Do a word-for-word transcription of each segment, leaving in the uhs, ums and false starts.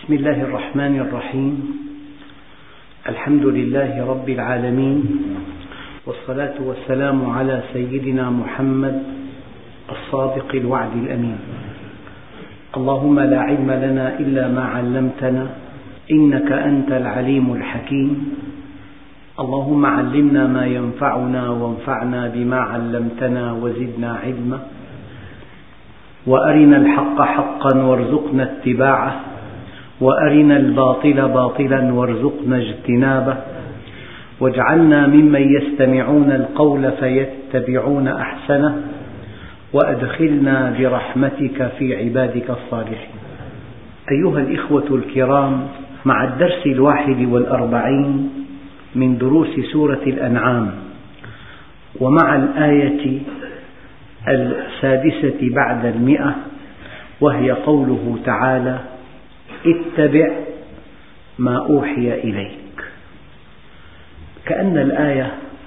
بسم الله الرحمن الرحيم. الحمد لله رب العالمين، والصلاة والسلام على سيدنا محمد الصادق الوعد الأمين. اللهم لا علم لنا إلا ما علمتنا إنك أنت العليم الحكيم. اللهم علمنا ما ينفعنا وانفعنا بما علمتنا وزدنا علما، وأرنا الحق حقا وارزقنا اتباعه، وأرنا الباطل باطلا وارزقنا اجتنابه، واجعلنا ممن يستمعون القول فيتبعون أحسنه، وأدخلنا برحمتك في عبادك الصالحين. أيها الإخوة الكرام، مع الدرس الواحد والأربعين من دروس سورة الأنعام، ومع الآية السادسة بعد المئة، وهي قوله تعالى: اتبع ما أوحي إليك. كأن الآية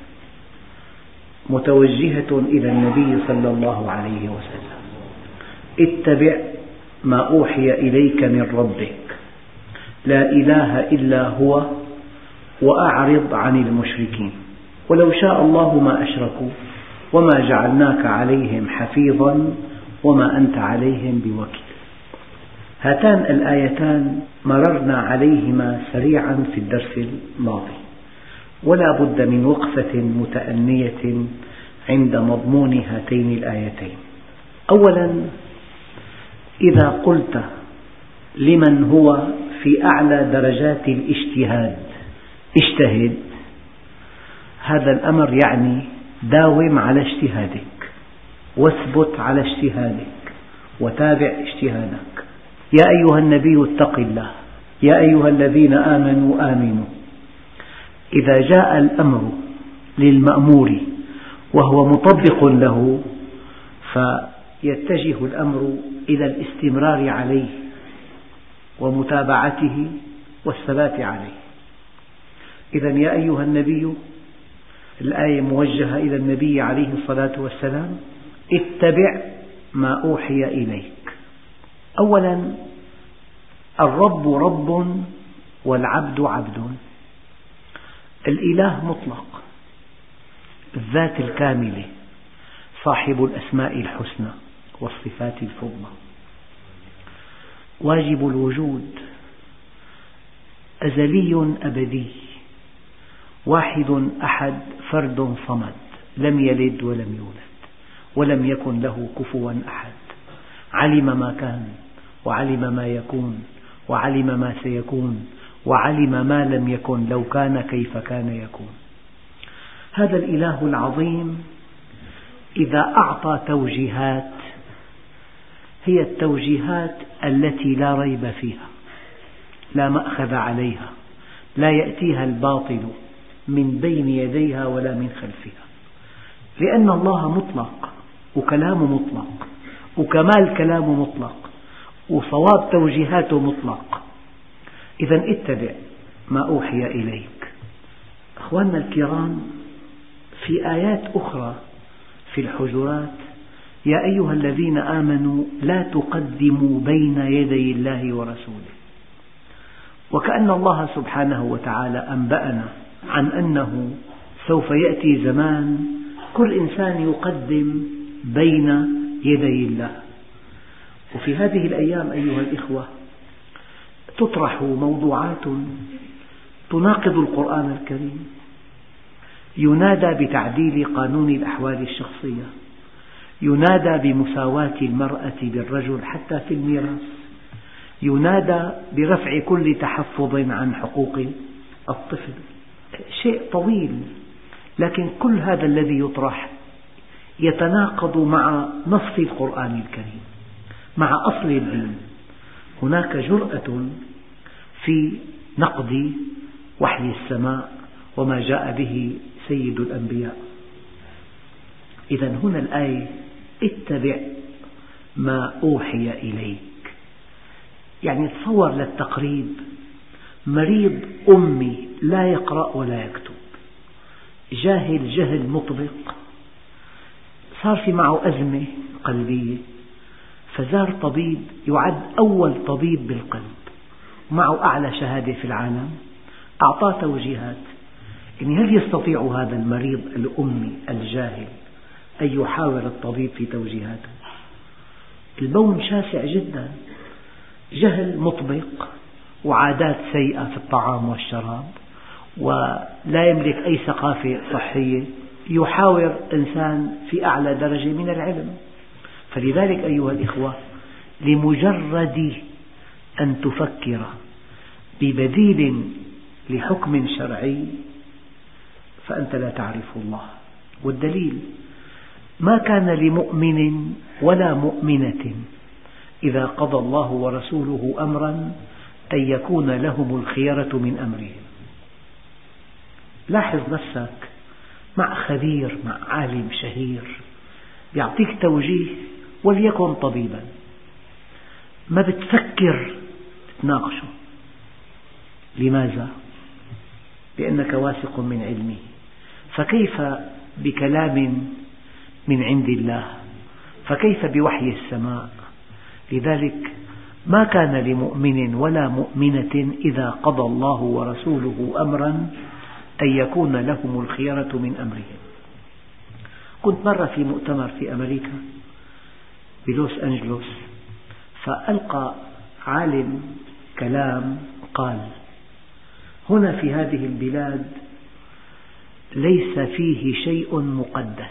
متوجهة إلى النبي صلى الله عليه وسلم. اتبع ما أوحي إليك من ربك، لا إله إلا هو، وأعرض عن المشركين، ولو شاء الله ما أشركوا وما جعلناك عليهم حفيظا وما أنت عليهم بوكيل. هاتان الآيتان مررنا عليهما سريعا في الدرس الماضي، ولا بد من وقفة متأنية عند مضمون هاتين الآيتين. أولا، إذا قلت لمن هو في أعلى درجات الاجتهاد اجتهد، هذا الأمر يعني داوم على اجتهادك، واثبت على اجتهادك، وتابع اجتهادك. يا أيها النبي اتق الله، يا أيها الذين آمنوا آمنوا. إذا جاء الأمر للمأمور وهو مطبق له، فيتجه الأمر إلى الاستمرار عليه ومتابعته والثبات عليه. إذا يا أيها النبي، الآية موجهة إلى النبي عليه الصلاة والسلام: اتبع ما أوحي إليك. أولا، الرب رب والعبد عبد. الإله مطلق، الذات الكاملة، صاحب الأسماء الحسنى والصفات الفضلى، واجب الوجود، أزلي أبدي، واحد أحد فرد صمد، لم يلد ولم يولد ولم يكن له كفوا أحد. علم ما كان، وعلم ما يكون، وعلم ما سيكون، وعلم ما لم يكن لو كان كيف كان يكون. هذا الإله العظيم إذا أعطى توجيهات، هي التوجيهات التي لا ريب فيها، لا مأخذ عليها، لا يأتيها الباطل من بين يديها ولا من خلفها، لأن الله مطلق، وكلامه مطلق، وكمال كلامه مطلق، وصواب توجيهاته مطلق. إذا اتبع ما أوحي إليك. أخواننا الكرام، في آيات أخرى في الحجرات: يا أيها الذين آمنوا لا تقدموا بين يدي الله ورسوله. وكأن الله سبحانه وتعالى أنبأنا عن أنه سوف يأتي زمان كل إنسان يقدم بين يدي الله. وفي هذه الأيام أيها الإخوة تطرح موضوعات تناقض القرآن الكريم. ينادى بتعديل قانون الأحوال الشخصية، ينادى بمساواة المرأة بالرجل حتى في الميراث، ينادى برفع كل تحفظ عن حقوق الطفل. شيء طويل، لكن كل هذا الذي يطرح يتناقض مع نص القرآن الكريم، مع أصل الدين. هناك جرأة في نقد وحي السماء وما جاء به سيد الأنبياء. إذا هنا الآية: اتبع ما أوحي إليك. يعني تصور للتقريب مريض أمي لا يقرأ ولا يكتب، جاهل جهل مطبق، صار في معه أزمة قلبية، فزار طبيب يعد أول طبيب بالقلب، معه أعلى شهادة في العالم، أعطاه توجيهات. يعني هل يستطيع هذا المريض الأمي الجاهل أن يحاور الطبيب في توجيهاته؟ البون شاسع جدا، جهل مطبق وعادات سيئة في الطعام والشراب، ولا يملك أي ثقافة صحية، يحاور إنسان في أعلى درجة من العلم. فلذلك أيها الإخوة، لمجرد أن تفكر ببديل لحكم شرعي فأنت لا تعرف الله. والدليل: ما كان لمؤمن ولا مؤمنة إذا قضى الله ورسوله أمرا أن يكون لهم الخيرة من أمرهم. لاحظ نفسك مع خبير، مع عالم شهير يعطيك توجيه وليكن طبيبا، ما بتفكر تناقشه. لماذا؟ لأنك واثق من علمه. فكيف بكلام من عند الله؟ فكيف بوحي السماء؟ لذلك ما كان لمؤمن ولا مؤمنة إذا قضى الله ورسوله أمرا أن يكون لهم الخيرة من أمرهم. كنت مرة في مؤتمر في أمريكا بلوس أنجلوس، فألقى عالم كلام قال: هنا في هذه البلاد ليس فيه شيء مقدس،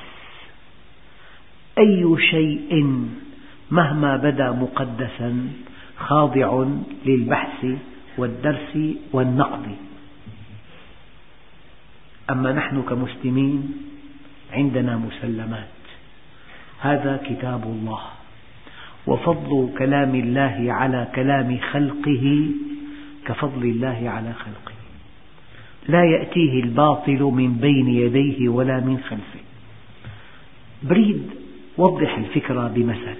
أي شيء مهما بدا مقدسا خاضع للبحث والدرس والنقد. أما نحن كمسلمين عندنا مسلمات، هذا كتاب الله، وفضل كلام الله على كلام خلقه كفضل الله على خلقه، لا يأتيه الباطل من بين يديه ولا من خلفه. بريد وضح الفكرة بمثل: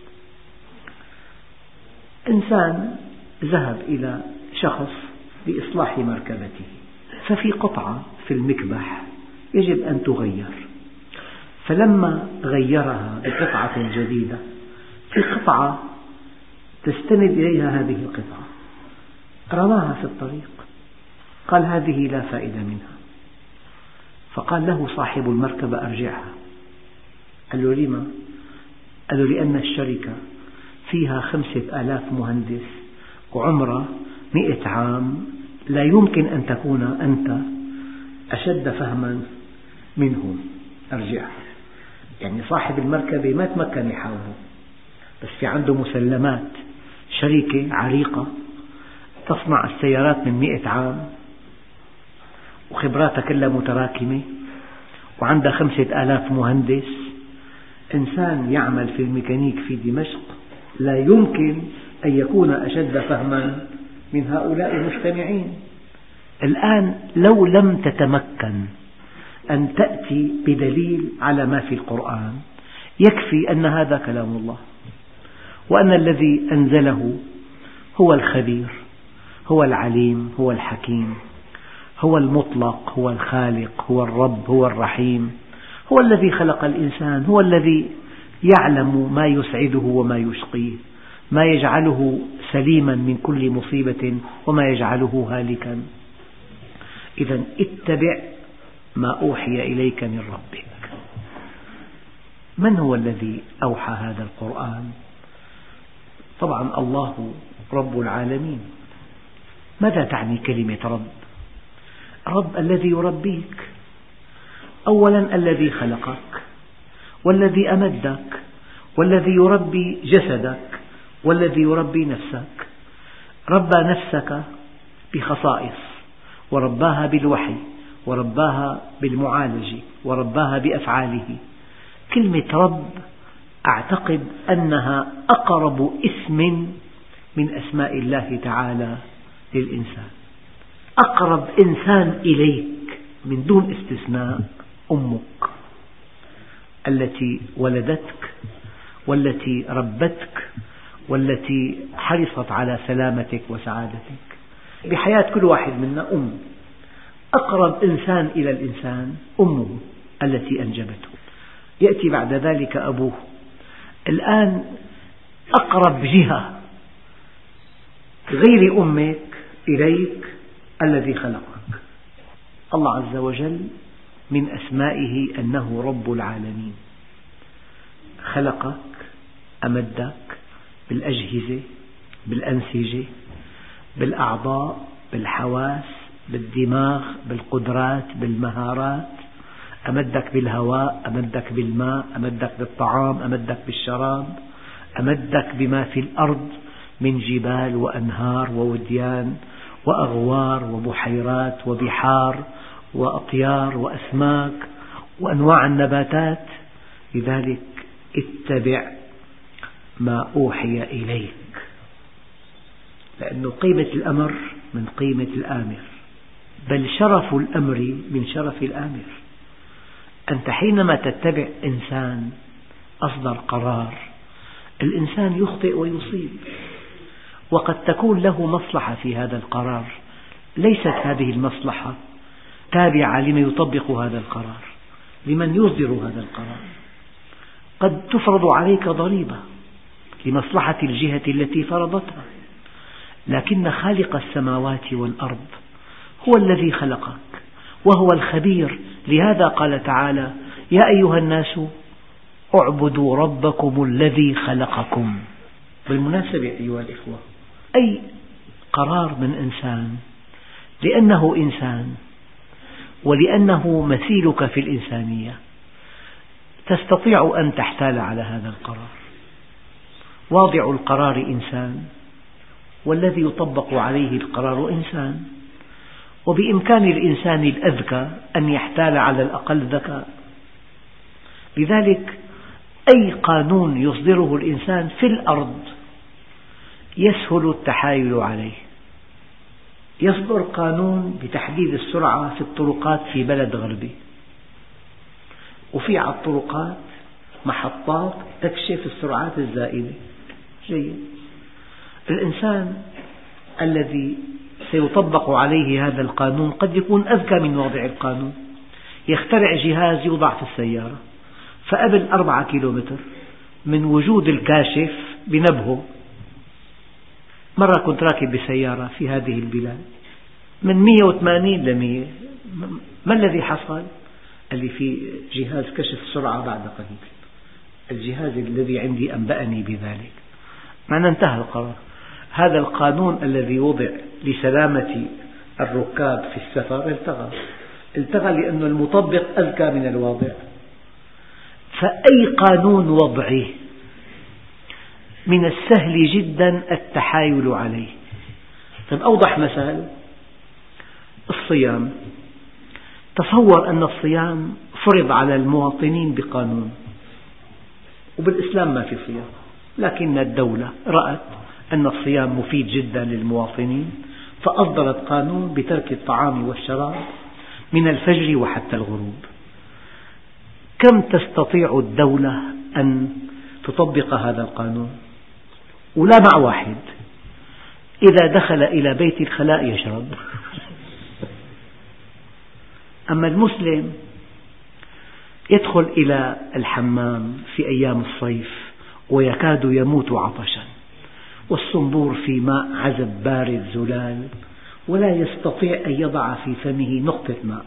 إنسان ذهب إلى شخص لإصلاح مركبته، ففي قطعة في المكبح يجب أن تغير، فلما غيرها بقطعة جديدة في قطعة تستند إليها هذه القطعة، رماها في الطريق، قال: هذه لا فائدة منها. فقال له صاحب المركبة: أرجعها. قال له: لما؟ قال له: لأن الشركة فيها خمسة آلاف مهندس وعمرها مئة عام، لا يمكن أن تكون أنت أشد فهما منهم، أرجعها. يعني صاحب المركبة ما تمكن يحاوره، بس في عنده مسلمات، شركة عريقة تصنع السيارات من مئة عام وخبراتها كلها متراكمة، وعندها خمسة آلاف مهندس. إنسان يعمل في الميكانيك في دمشق لا يمكن أن يكون أشد فهما من هؤلاء المجتمعين. الآن لو لم تتمكن أن تأتي بدليل على ما في القرآن، يكفي أن هذا كلام الله، وأن الذي أنزله هو الخبير، هو العليم، هو الحكيم، هو المطلق، هو الخالق، هو الرب، هو الرحيم، هو الذي خلق الإنسان، هو الذي يعلم ما يسعده وما يشقيه، ما يجعله سليما من كل مصيبة وما يجعله هالكا. إذن اتبع ما أوحي إليك من ربك. من هو الذي أوحى هذا القرآن؟ طبعا الله رب العالمين. ماذا تعني كلمة رب؟ رب الذي يربيك، أولا الذي خلقك والذي أمدك والذي يربي جسدك والذي يربي نفسك. ربى نفسك بخصائص، ورباها بالوحي، ورباها بالمعالجة، ورباها بأفعاله. كلمة رب أعتقد أنها أقرب اسم من أسماء الله تعالى للإنسان. أقرب إنسان إليك من دون استثناء أمك التي ولدتك والتي ربتك والتي حرصت على سلامتك وسعادتك. بحياة كل واحد منا أم. أقرب إنسان إلى الإنسان أمه التي أنجبته، يأتي بعد ذلك أبوه. الآن أقرب جهة غير أمك إليك الذي خلقك. الله عز وجل من أسمائه أنه رب العالمين، خلقك، أمدك بالأجهزة، بالأنسجة، بالأعضاء، بالحواس، بالدماغ، بالقدرات، بالمهارات، أمدك بالهواء، أمدك بالماء، أمدك بالطعام، أمدك بالشراب، أمدك بما في الأرض من جبال وأنهار ووديان وأغوار وبحيرات وبحار وأطيار وأسماك وأنواع النباتات. لذلك اتبع ما أوحي إليك، لأن قيمة الأمر من قيمة الآمر، بل شرف الأمر من شرف الآمر. أنت حينما تتبع إنسان أصدر قرار، الإنسان يخطئ ويصيب، وقد تكون له مصلحة في هذا القرار، ليست هذه المصلحة تابعة لمن يطبق هذا القرار، لمن يصدر هذا القرار. قد تفرض عليك ضريبة لمصلحة الجهة التي فرضتها، لكن خالق السماوات والأرض هو الذي خلقك وهو الخبير. لهذا قال تعالى: يا أيها الناس اعبدوا ربكم الذي خلقكم. بالمناسبة أيها الإخوة، أي قرار من إنسان لأنه إنسان ولأنه مثيلك في الإنسانية تستطيع أن تحتال على هذا القرار. واضع القرار إنسان، والذي يطبق عليه القرار إنسان، وبإمكان الإنسان الأذكى أن يحتال على الأقل ذكاء. لذلك أي قانون يصدره الإنسان في الأرض يسهل التحايل عليه. يصدر قانون بتحديد السرعة في الطرقات في بلد غربي، وفي على الطرقات محطات تكشف السرعات الزائدة. جيد. الإنسان الذي سيطبق عليه هذا القانون قد يكون أذكى من واضع القانون، يخترع جهاز يوضع في السيارة، فقبل أربعة كيلومتر من وجود الكاشف بنبهه. مرة كنت راكب بسيارة في هذه البلاد من مئة وثمانين لمئة، ما الذي حصل؟ قال لي: في جهاز كشف سرعة بعد قليل. الجهاز الذي عندي أنبأني بذلك. معنى انتهى القرار. هذا القانون الذي وضع لسلامة الركاب في السفر التغى التغى لأن المطبق أذكى من الواضع. فأي قانون وضعي من السهل جدا التحايل عليه. طيب، أوضح مثال الصيام. تصور أن الصيام فرض على المواطنين بقانون، وبالإسلام ما في صيام، لكن الدولة رأت أن الصيام مفيد جدا للمواطنين فأصدرت قانون بترك الطعام والشراب من الفجر وحتى الغروب. كم تستطيع الدولة أن تطبق هذا القانون؟ ولا مع واحد إذا دخل إلى بيت الخلاء يشرب. أما المسلم يدخل إلى الحمام في أيام الصيف ويكاد يموت عطشا، والصنبور في ماء عذب بارد زلال، ولا يستطيع أن يضع في فمه نقطة ماء.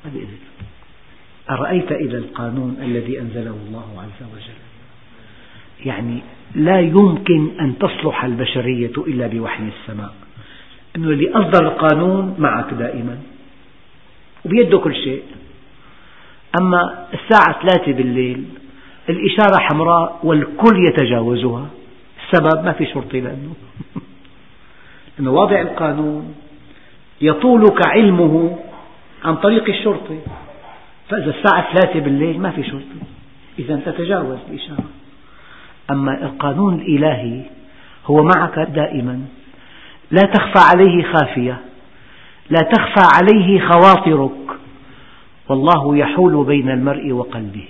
أرأيت إلى القانون الذي أنزله الله عز وجل؟ يعني لا يمكن أن تصلح البشرية إلا بوحي السماء، أنه اللي أصدر القانون معك دائما وبيده كل شيء. أما الساعة ثلاثة بالليل الإشارة حمراء والكل يتجاوزها، السبب ما في شرطي، لأنه أنه واضع القانون يطولك علمه عن طريق الشرطي، فإذا الساعة ثلاثة بالليل ما في شرطي، إذا تتجاوز الإشارة. أما القانون الإلهي هو معك دائما، لا تخفى عليه خافية، لا تخفى عليه خواطرك، والله يحول بين المرء وقلبه،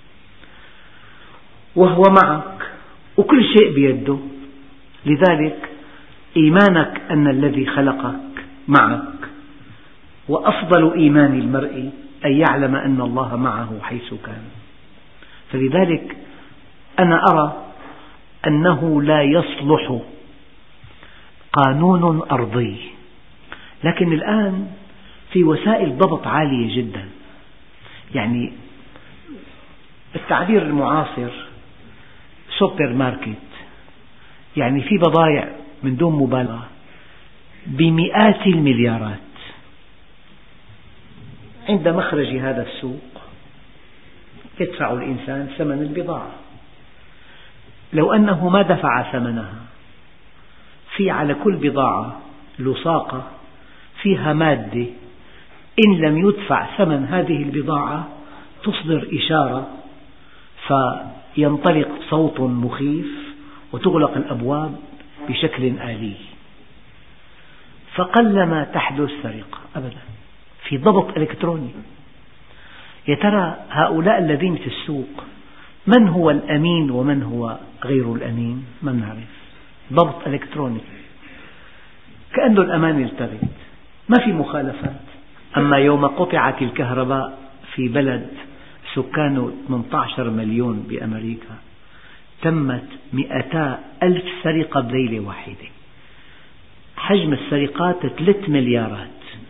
وهو معك وكل شيء بيده. لذلك إيمانك أن الذي خلقك معك، وأفضل إيمان المرء أن يعلم أن الله معه حيث كان. فلذلك أنا أرى أنه لا يصلح قانون أرضي. لكن الآن في وسائل ضبط عالية جدا، يعني التعبير المعاصر سوبر ماركت، يعني في بضائع من دون مبالغة بمئات المليارات عند مخرج هذا السوق يدفع الإنسان ثمن البضاعة. لو أنه ما دفع ثمنها، في على كل بضاعة لصاقة فيها مادة إن لم يدفع ثمن هذه البضاعة تصدر إشارة فينطلق صوت مخيف وتغلق الأبواب بشكل آلي، فقلما تحدث سرقة أبدا، في ضبط إلكتروني. يا ترى هؤلاء الذين في السوق من هو الأمين ومن هو غير الأمين؟ ما نعرف، ضبط إلكتروني، كأنه الأمان التغت، ما في مخالفات. أما يوم قطعت الكهرباء في بلد سكانه ثمانية عشر مليون بأمريكا تمت مئتا ألف سرقة بليلة واحدة، حجم السرقات ثلاث مليارات،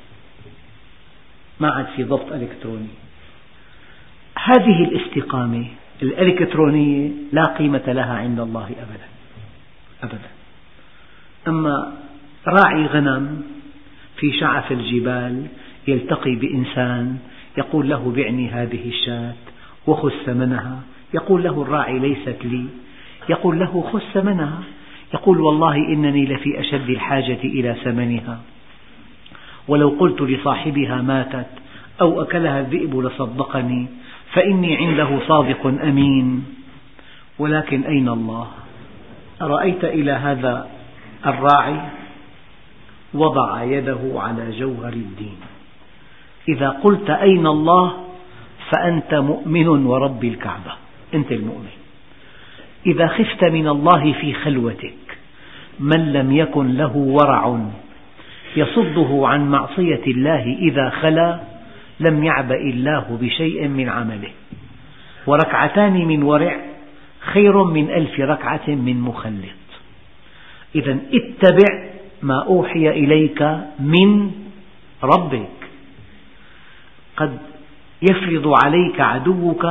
ما عاد في ضبط إلكتروني. هذه الاستقامة الإلكترونية لا قيمة لها عند الله أبدا أبدا. أما راعي غنم في شعف الجبال يلتقي بإنسان يقول له بعني هذه الشاة وخذ ثمنها، يقول له الراعي ليست لي، يقول له خذ ثمنها، يقول والله إنني لفي أشد الحاجة إلى ثمنها، ولو قلت لصاحبها ماتت أو أكلها الذئب لصدقني، فإني عنده صادق أمين. ولكن أين الله؟ أرأيت إلى هذا الراعي وضع يده على جوهر الدين. إذا قلت أين الله فأنت مؤمن ورب الكعبة، أنت المؤمن. إذا خفت من الله في خلوتك، من لم يكن له ورع يصده عن معصية الله إذا خلا لم يعبأ الله بشيء من عمله، وركعتان من ورع خير من ألف ركعة من مخلط. إذا اتبع ما أوحي إليك من ربك. قد يفرض عليك عدوك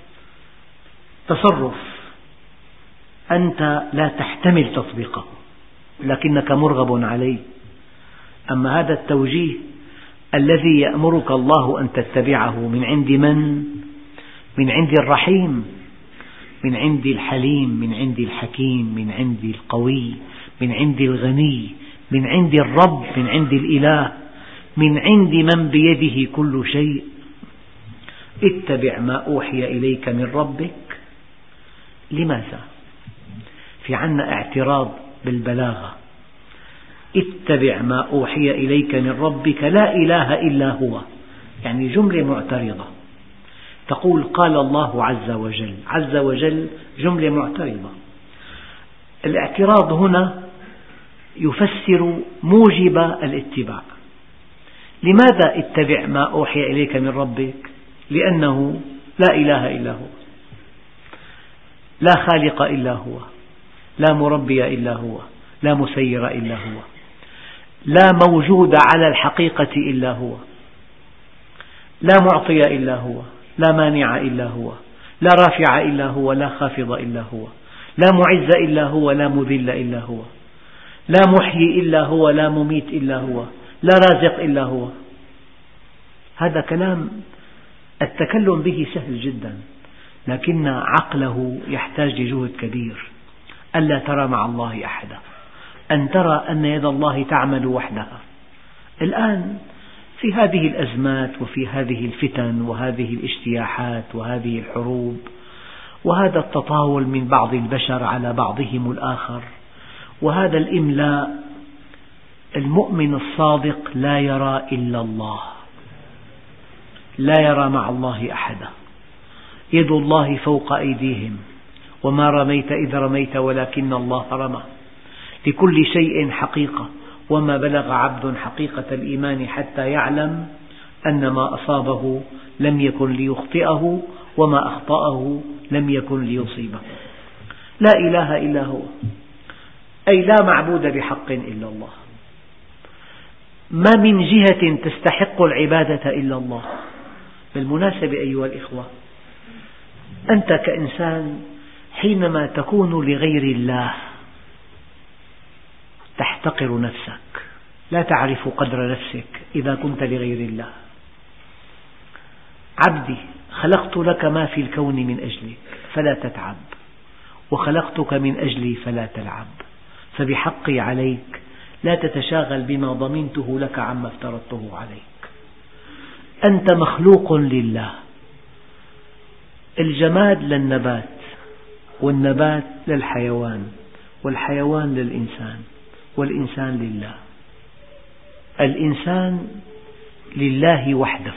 تصرف أنت لا تحتمل تطبيقه لكنك مرغب عليه، أما هذا التوجيه الذي يأمرك الله أن تتبعه من عند من؟ من عند الرحيم، من عند الحليم، من عند الحكيم، من عند القوي، من عند الغني، من عند الرب، من عند الإله، من عند من بيده كل شيء. اتبع ما أوحي إليك من ربك. لماذا؟ في عنا اعتراض بالبلاغة. اتبع ما أوحي إليك من ربك لا إله إلا هو، يعني جملة معترضة، تقول قال الله عز وجل، عز وجل جملة معترضة. الاعتراض هنا يفسر موجب الاتباع. لماذا اتبع ما أوحي إليك من ربك؟ لأنه لا إله إلا هو، لا خالق إلا هو، لا مربي إلا هو، لا مسير إلا هو، لا موجود على الحقيقة إلا هو، لا معطي إلا هو، لا مانع إلا هو، لا رافع إلا هو، لا خافض إلا هو، لا معز إلا هو، لا مذل إلا هو، لا محيي إلا هو، لا مميت إلا هو، لا رازق إلا هو. هذا كلام التكلم به سهل جدا، لكن عقله يحتاج لجهد كبير. ألا ترى مع الله أحدا، أن ترى أن يد الله تعمل وحدها. الآن في هذه الأزمات وفي هذه الفتن وهذه الاجتياحات وهذه الحروب وهذا التطاول من بعض البشر على بعضهم الآخر وهذا الإملاء، المؤمن الصادق لا يرى إلا الله، لا يرى مع الله أحدا. يد الله فوق أيديهم وما رميت إذ رميت ولكن الله رمى. لكل شيء حقيقة، وما بلغ عبد حقيقة الإيمان حتى يعلم أن ما أصابه لم يكن ليخطئه وما أخطأه لم يكن ليصيبه. لا إله إلا هو. أي لا معبود بحق إلا الله، ما من جهة تستحق العبادة إلا الله. بالمناسبة أيها الإخوة، أنت كإنسان حينما تكون لغير الله تحتقر نفسك، لا تعرف قدر نفسك إذا كنت لغير الله. عبدي خلقت لك ما في الكون من أجلك فلا تتعب، وخلقتك من أجلي فلا تلعب، فبحقي عليك لا تتشاغل بما ضمنته لك عما افترضته عليك. أنت مخلوق لله، الجماد للنبات، والنبات للحيوان، والحيوان للإنسان، والإنسان لله. الإنسان لله وحده.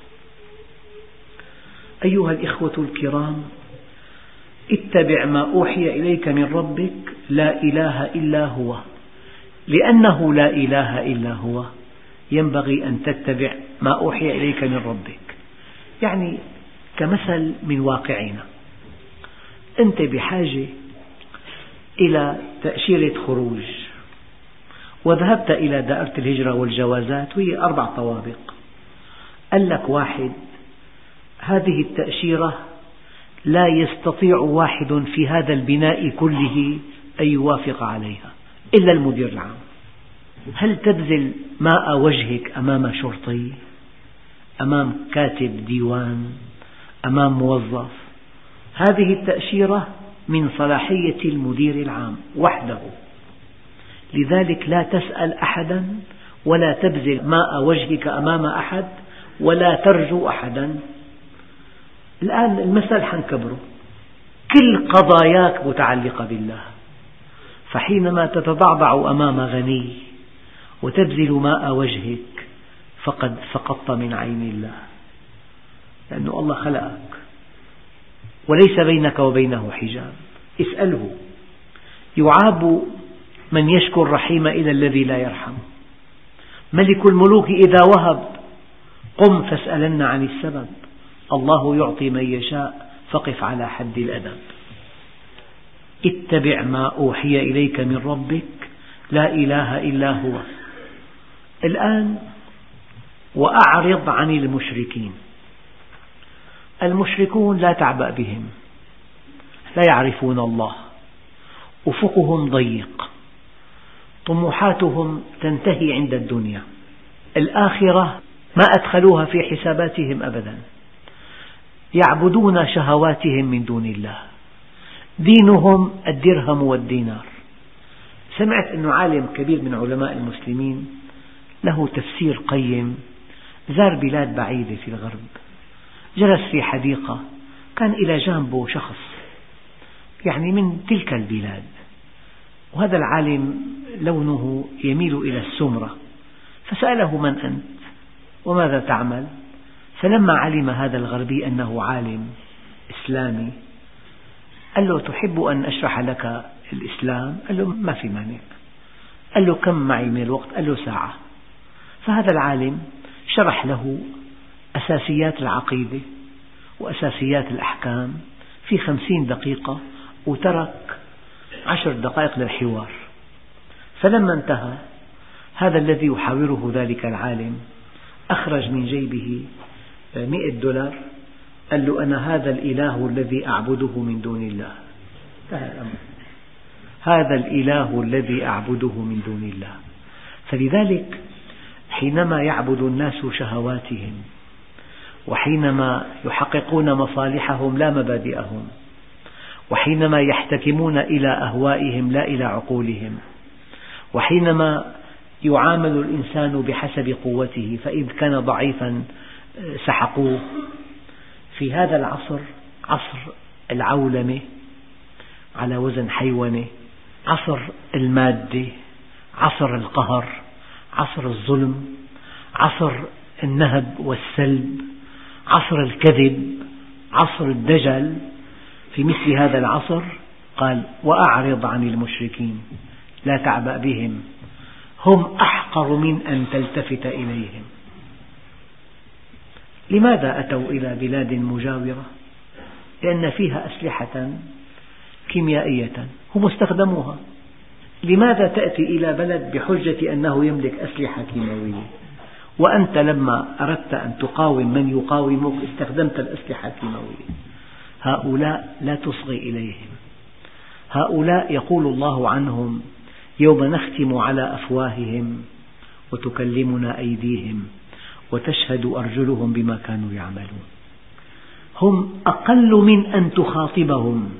أيها الإخوة الكرام، اتبع ما أوحي إليك من ربك لا إله إلا هو، لأنه لا إله إلا هو ينبغي أن تتبع ما أوحي إليك من ربك. يعني كمثل من واقعنا، أنت بحاجة إلى تأشيرة خروج، وذهبت إلى دائرة الهجرة والجوازات وهي أربع طوابق، قال لك واحد: هذه التأشيرة لا يستطيع واحد في هذا البناء كله أن يوافق عليها إلا المدير العام. هل تبذل ماء وجهك أمام شرطي، أمام كاتب ديوان، أمام موظف؟ هذه التأشيرة من صلاحية المدير العام وحده، لذلك لا تسأل أحدا ولا تبذل ماء وجهك أمام أحد ولا ترجو أحدا. الآن المثل حنكبره، كل قضاياك متعلقة بالله، فحينما تتضعضع أمام غني وتبذل ماء وجهك فقد سقطت من عين الله، لأن الله خلقك وليس بينك وبينه حجاب. اسأله. يعاب من يشكو الرحيم إلى الذي لا يرحم. ملك الملوك إذا وهب قم فاسألن عن السبب. الله يعطي من يشاء فقف على حد الأدب. اتبع ما أوحي إليك من ربك لا إله إلا هو. الآن وأعرض عن المشركين. المشركون لا تعبأ بهم، لا يعرفون الله، أفقهم ضيق، طموحاتهم تنتهي عند الدنيا، الآخرة ما أدخلوها في حساباتهم أبدا، يعبدون شهواتهم من دون الله، دينهم الدرهم والدينار. سمعت أن عالم كبير من علماء المسلمين له تفسير قيم، زار بلاد بعيدة في الغرب، جلس في حديقة، كان إلى جانبه شخص يعني من تلك البلاد، وهذا العالم لونه يميل إلى السمرة، فسأله: من أنت وماذا تعمل؟ فلما علم هذا الغربي أنه عالم إسلامي قال له: تحب أن أشرح لك الإسلام؟ قال له: ما في مانع. قال له: كم معي من الوقت؟ قال له: ساعة. فهذا العالم شرح له أساسيات العقيدة وأساسيات الأحكام في خمسين دقيقة، وترك عشر دقائق للحوار. فلما انتهى هذا الذي يحاوره ذلك العالم أخرج من جيبه مئة دولار، قال له: أنا هذا الإله الذي أعبده من دون الله. انتهى الأمر. هذا الإله الذي أعبده من دون الله. فلذلك حينما يعبد الناس شهواتهم، وحينما يحققون مصالحهم لا مبادئهم، وحينما يحتكمون إلى أهوائهم لا إلى عقولهم، وحينما يعامل الإنسان بحسب قوته، فإذ كان ضعيفا سحقوه. في هذا العصر، عصر العولمة على وزن حيوانة، عصر المادة، عصر القهر، عصر الظلم، عصر النهب والسلب، عصر الكذب، عصر الدجل، في مثل هذا العصر قال: وأعرض عن المشركين لا تعبأ بهم هم أحقر من أن تلتفت إليهم. لماذا أتوا إلى بلاد مجاورة؟ لأن فيها أسلحة كيميائية هم استخدموها. لماذا تأتي إلى بلد بحجة أنه يملك أسلحة كيماوية، وأنت لما أردت أن تقاوم من يقاومك استخدمت الأسلحة الكيماوية؟ هؤلاء لا تصغي إليهم. هؤلاء يقول الله عنهم: يوم نختم على أفواههم وتكلمنا أيديهم وتشهد أرجلهم بما كانوا يعملون. هم أقل من أن تخاطبهم،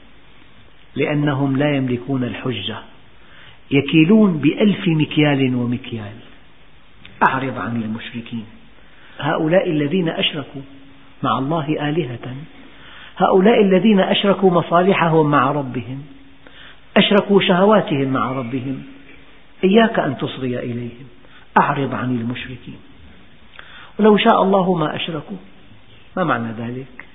لأنهم لا يملكون الحجة، يكيلون بألف مكيال ومكيال. أعرض عن المشركين. هؤلاء الذين أشركوا مع الله آلهة، هؤلاء الذين أشركوا مصالحهم مع ربهم، أشركوا شهواتهم مع ربهم، إياك أن تصغي إليهم. أعرض عن المشركين. ولو شاء الله ما أشركوا. ما معنى ذلك؟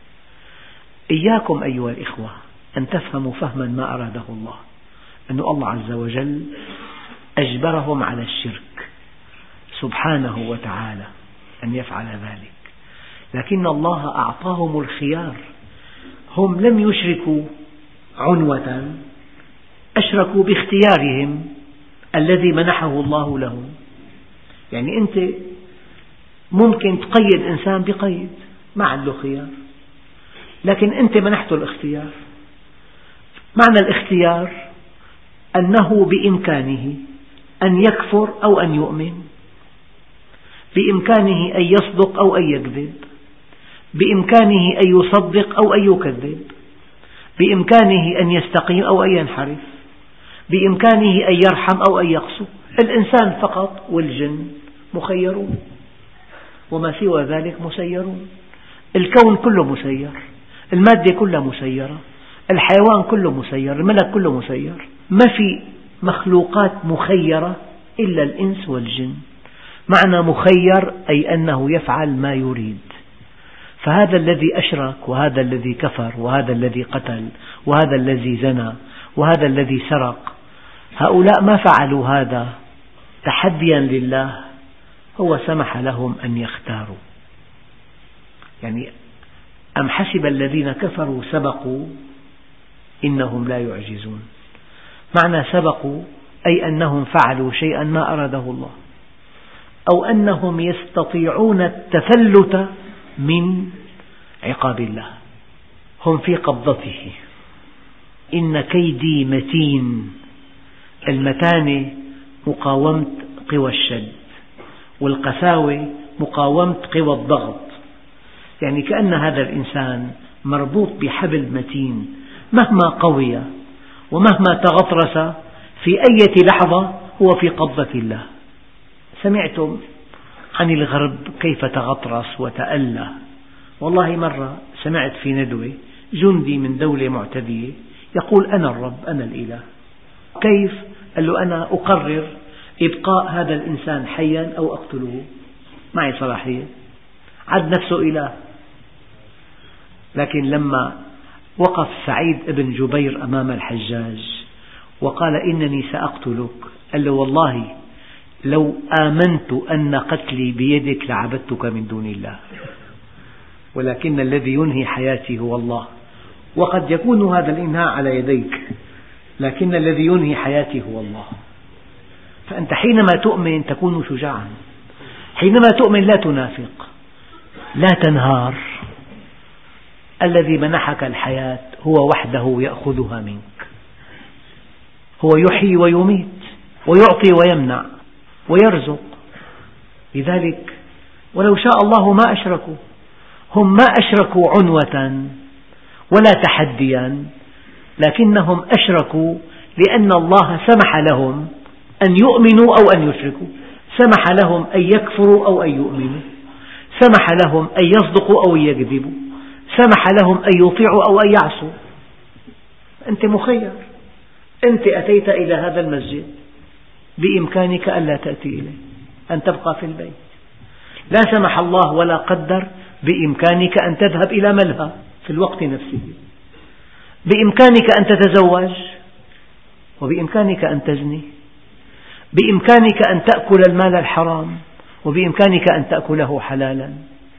إياكم أيها الإخوة أن تفهموا فهما ما أراده الله، أن الله عز وجل أجبرهم على الشرك سبحانه وتعالى أن يفعل ذلك، لكن الله أعطاهم الخيار. هم لم يشركوا عنوة، أشركوا باختيارهم الذي منحه الله لهم. يعني أنت ممكن تقيد إنسان بقيد ما عنده خيار، لكن أنت منحته الاختيار. معنى الاختيار أنه بإمكانه أن يكفر أو أن يؤمن، بإمكانه أن يصدق أو أن يكذب، بإمكانه أن يصدق أو أن يكذب، بإمكانه أن يستقيم أو أن ينحرف، بإمكانه أن يرحم أو أن يقسو. الإنسان فقط والجن مخيرون، وما سوى ذلك مسيرون. الكون كله مسير، المادة كلها مسيرة، الحيوان كله مسير، الملك كله مسير. ما في مخلوقات مخيرة إلا الإنس والجن. معنى مخير أي أنه يفعل ما يريد. فهذا الذي أشرك، وهذا الذي كفر، وهذا الذي قتل، وهذا الذي زنى، وهذا الذي سرق، هؤلاء ما فعلوا هذا تحديا لله، هو سمح لهم أن يختاروا. يعني أم حسب الذين كفروا سبقوا إنهم لا يعجزون. معنى سبقوا أي أنهم فعلوا شيئا ما أراده الله، أو أنهم يستطيعون التفلت من عقاب الله، هم في قبضته. إن كيدي متين. المتانة مقاومة قوى الشد، والقساوة مقاومة قوى الضغط. يعني كأن هذا الإنسان مربوط بحبل متين، مهما قوي ومهما تغطرس في أي لحظة هو في قبضة الله. سمعتم عن الغرب كيف تغطرس وتألى؟ والله مرة سمعت في ندوة جندي من دولة معتدية يقول: أنا الرب، أنا الإله. كيف؟ قال له: أنا أقرر إبقاء هذا الإنسان حيا أو أقتله، معي صلاحية. عد نفسه إله. لكن لما وقف سعيد بن جبير أمام الحجاج وقال: إنني سأقتلك، قال له: والله لو آمنت أن قتلي بيدك لعبدتك من دون الله، ولكن الذي ينهي حياتي هو الله، وقد يكون هذا الإنهاء على يديك، لكن الذي ينهي حياتي هو الله. فأنت حينما تؤمن تكون شجاعا، حينما تؤمن لا تنافق، لا تنهار. الذي منحك الحياة هو وحده يأخذها منك، هو يحيي ويميت ويعطي ويمنع ويرزق. لذلك ولو شاء الله ما أشركوا. هم ما أشركوا عنوة ولا تحديا، لكنهم أشركوا لأن الله سمح لهم أن يؤمنوا أو أن يشركوا، سمح لهم أن يكفروا أو أن يؤمنوا، سمح لهم أن يصدقوا أو يكذبوا، سمح لهم أن يطيعوا أو أن يعصوا. أنت مخير. أنت أتيت إلى هذا المسجد، بإمكانك ألا تأتي إليه، أن تبقى في البيت. لا سمح الله ولا قدر، بإمكانك أن تذهب إلى ملهى في الوقت نفسه، بإمكانك أن تتزوج، وبإمكانك أن تزني، بإمكانك أن تأكل المال الحرام، وبإمكانك أن تأكله حلالا.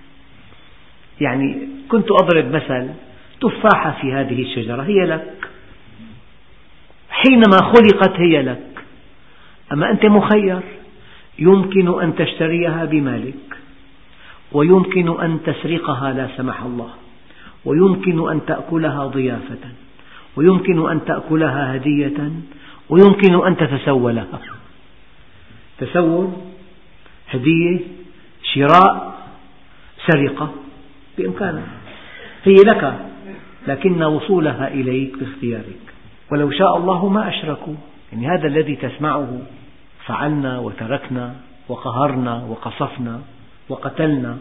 يعني كنت أضرب مثل: تفاحة في هذه الشجرة هي لك، حينما خلقت هي لك، أما أنت مخير، يمكن أن تشتريها بمالك، ويمكن أن تسرقها لا سمح الله، ويمكن أن تأكلها ضيافة، ويمكن أن تأكلها هدية، ويمكن أن تتسولها. تسول، هدية، شراء، سرقة، بإمكانك، هي لك، لكن وصولها إليك باختيارك. ولو شاء الله ما أشركوا. يعني هذا الذي تسمعه، فعلنا وتركنا وقهرنا وقصفنا وقتلنا،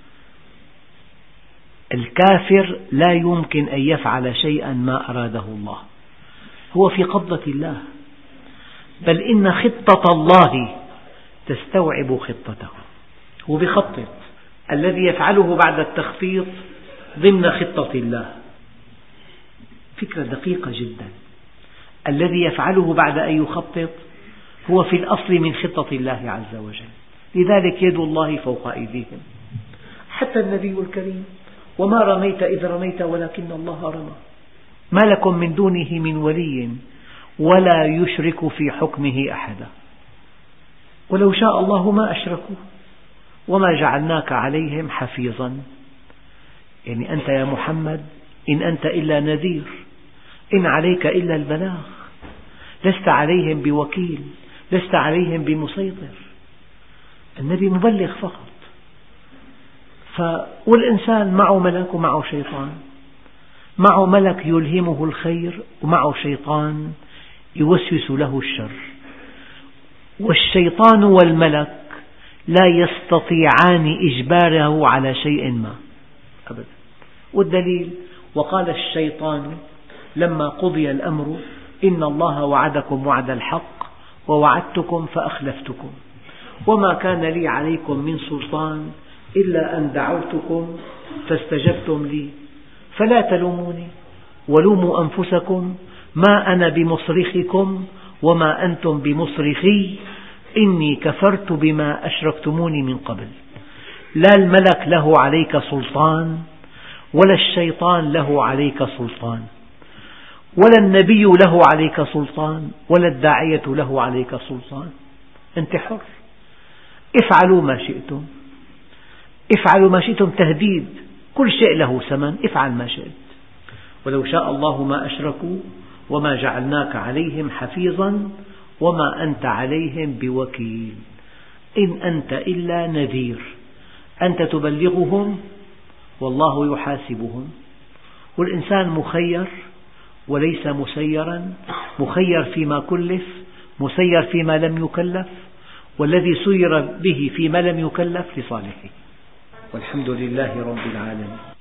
الكافر لا يمكن أن يفعل شيئا ما أراده الله، هو في قبضة الله، بل إن خطة الله تستوعب خطته. هو بيخطط، الذي يفعله بعد التخطيط ضمن خطة الله. فكرة دقيقة جدا. الذي يفعله بعد أن يخطط هو في الأصل من خطة الله عز وجل. لذلك يد الله فوق أيديهم. حتى النبي الكريم: وما رميت إذ رميت ولكن الله رمى. ما لكم من دونه من ولي ولا يشرك في حكمه أحدا. ولو شاء الله ما أشركوا وما جعلناك عليهم حفيظا. يعني أنت يا محمد إن أنت إلا نذير، إن عليك إلا البلاغ، لست عليهم بوكيل، لست عليهم بمسيطر، النبي مبلغ فقط. ف... والإنسان معه ملك ومعه شيطان، معه ملك يلهمه الخير ومعه شيطان يوسوس له الشر، والشيطان والملك لا يستطيعان إجباره على شيء ما أبدا. والدليل: وقال الشيطان لما قضي الأمر إن الله وعدكم وعد الحق ووعدتكم فأخلفتكم وما كان لي عليكم من سلطان إلا أن دعوتكم فاستجبتم لي فلا تلوموني ولوموا أنفسكم ما أنا بمصرخكم وما أنتم بمصرخي إني كفرت بما أشركتموني من قبل. لا الملك له عليك سلطان ولا الشيطان له عليك سلطان ولا النبي له عليك سلطان ولا الداعية له عليك سلطان. أنت حر، افعلوا ما شئتم، افعلوا ما شئتم. تهديد، كل شيء له ثمن، افعل ما شئت. ولو شاء الله ما أشركوا وما جعلناك عليهم حفيظا وما أنت عليهم بوكيل إن أنت إلا نذير. أنت تبلغهم والله يحاسبهم. والإنسان مخير وليس مسيرا، مخير فيما كلف، مسير فيما لم يكلف، والذي سير به فيما لم يكلف لصالحه. والحمد لله رب العالمين.